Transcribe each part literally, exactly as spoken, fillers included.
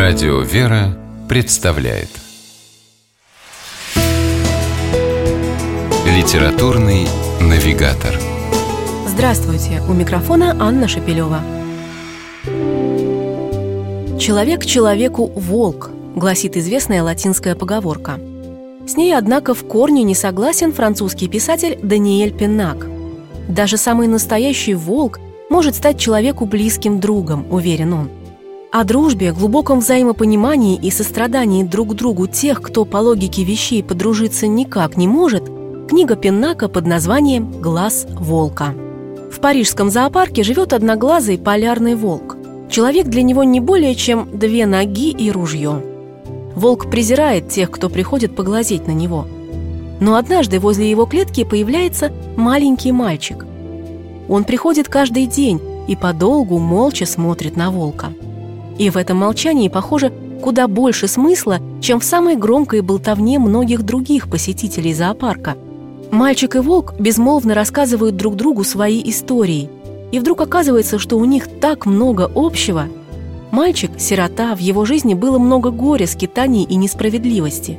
Радио «Вера» представляет Литературный навигатор. Здравствуйте! У микрофона Анна Шепелева. «Человек человеку волк», гласит известная латинская поговорка. С ней, однако, в корне не согласен французский писатель Даниэль Пеннак. Даже самый настоящий волк может стать человеку близким другом, уверен он. О дружбе, глубоком взаимопонимании и сострадании друг к другу тех, кто по логике вещей подружиться никак не может, книга Пеннака под названием «Глаз волка». В парижском зоопарке живет одноглазый полярный волк. Человек для него не более чем две ноги и ружье. Волк презирает тех, кто приходит поглазеть на него. Но однажды возле его клетки появляется маленький мальчик. Он приходит каждый день и подолгу молча смотрит на волка. И в этом молчании, похоже, куда больше смысла, чем в самой громкой болтовне многих других посетителей зоопарка. Мальчик и волк безмолвно рассказывают друг другу свои истории. И вдруг оказывается, что у них так много общего. Мальчик – сирота, в его жизни было много горя, скитаний и несправедливости.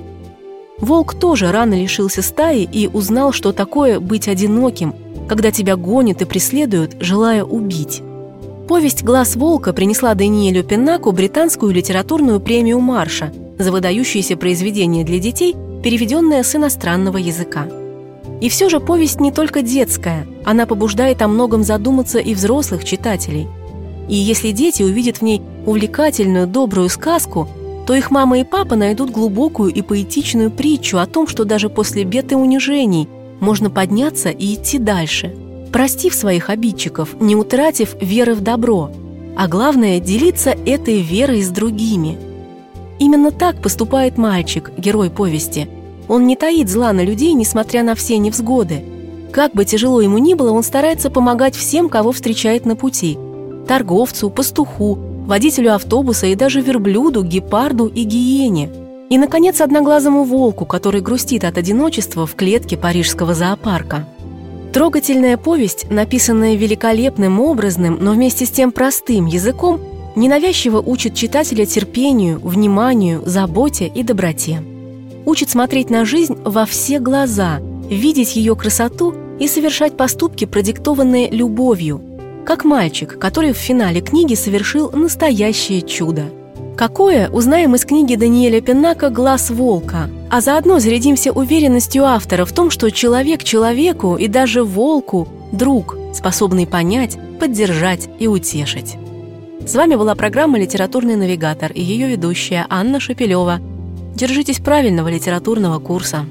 Волк тоже рано лишился стаи и узнал, что такое быть одиноким, когда тебя гонят и преследуют, желая убить. Повесть «Глаз волка» принесла Даниэлю Пеннаку британскую литературную премию Марша за выдающееся произведение для детей, переведенное с иностранного языка. И все же повесть не только детская, она побуждает о многом задуматься и взрослых читателей. И если дети увидят в ней увлекательную, добрую сказку, то их мама и папа найдут глубокую и поэтичную притчу о том, что даже после бед и унижений можно подняться и идти дальше, простив своих обидчиков, не утратив веры в добро, а главное – делиться этой верой с другими. Именно так поступает мальчик, герой повести. Он не таит зла на людей, несмотря на все невзгоды. Как бы тяжело ему ни было, он старается помогать всем, кого встречает на пути – торговцу, пастуху, водителю автобуса и даже верблюду, гепарду и гиене. И, наконец, одноглазому волку, который грустит от одиночества в клетке парижского зоопарка. Трогательная повесть, написанная великолепным, образным, но вместе с тем простым языком, ненавязчиво учит читателя терпению, вниманию, заботе и доброте. Учит смотреть на жизнь во все глаза, видеть ее красоту и совершать поступки, продиктованные любовью, как мальчик, который в финале книги совершил настоящее чудо. Какое, узнаем из книги Даниэля Пеннака «Глаз волка», а заодно зарядимся уверенностью автора в том, что человек человеку и даже волку – друг, способный понять, поддержать и утешить. С вами была программа «Литературный навигатор» и ее ведущая Анна Шепелева. Держитесь правильного литературного курса.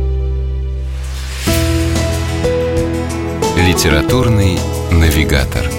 Литературный навигатор.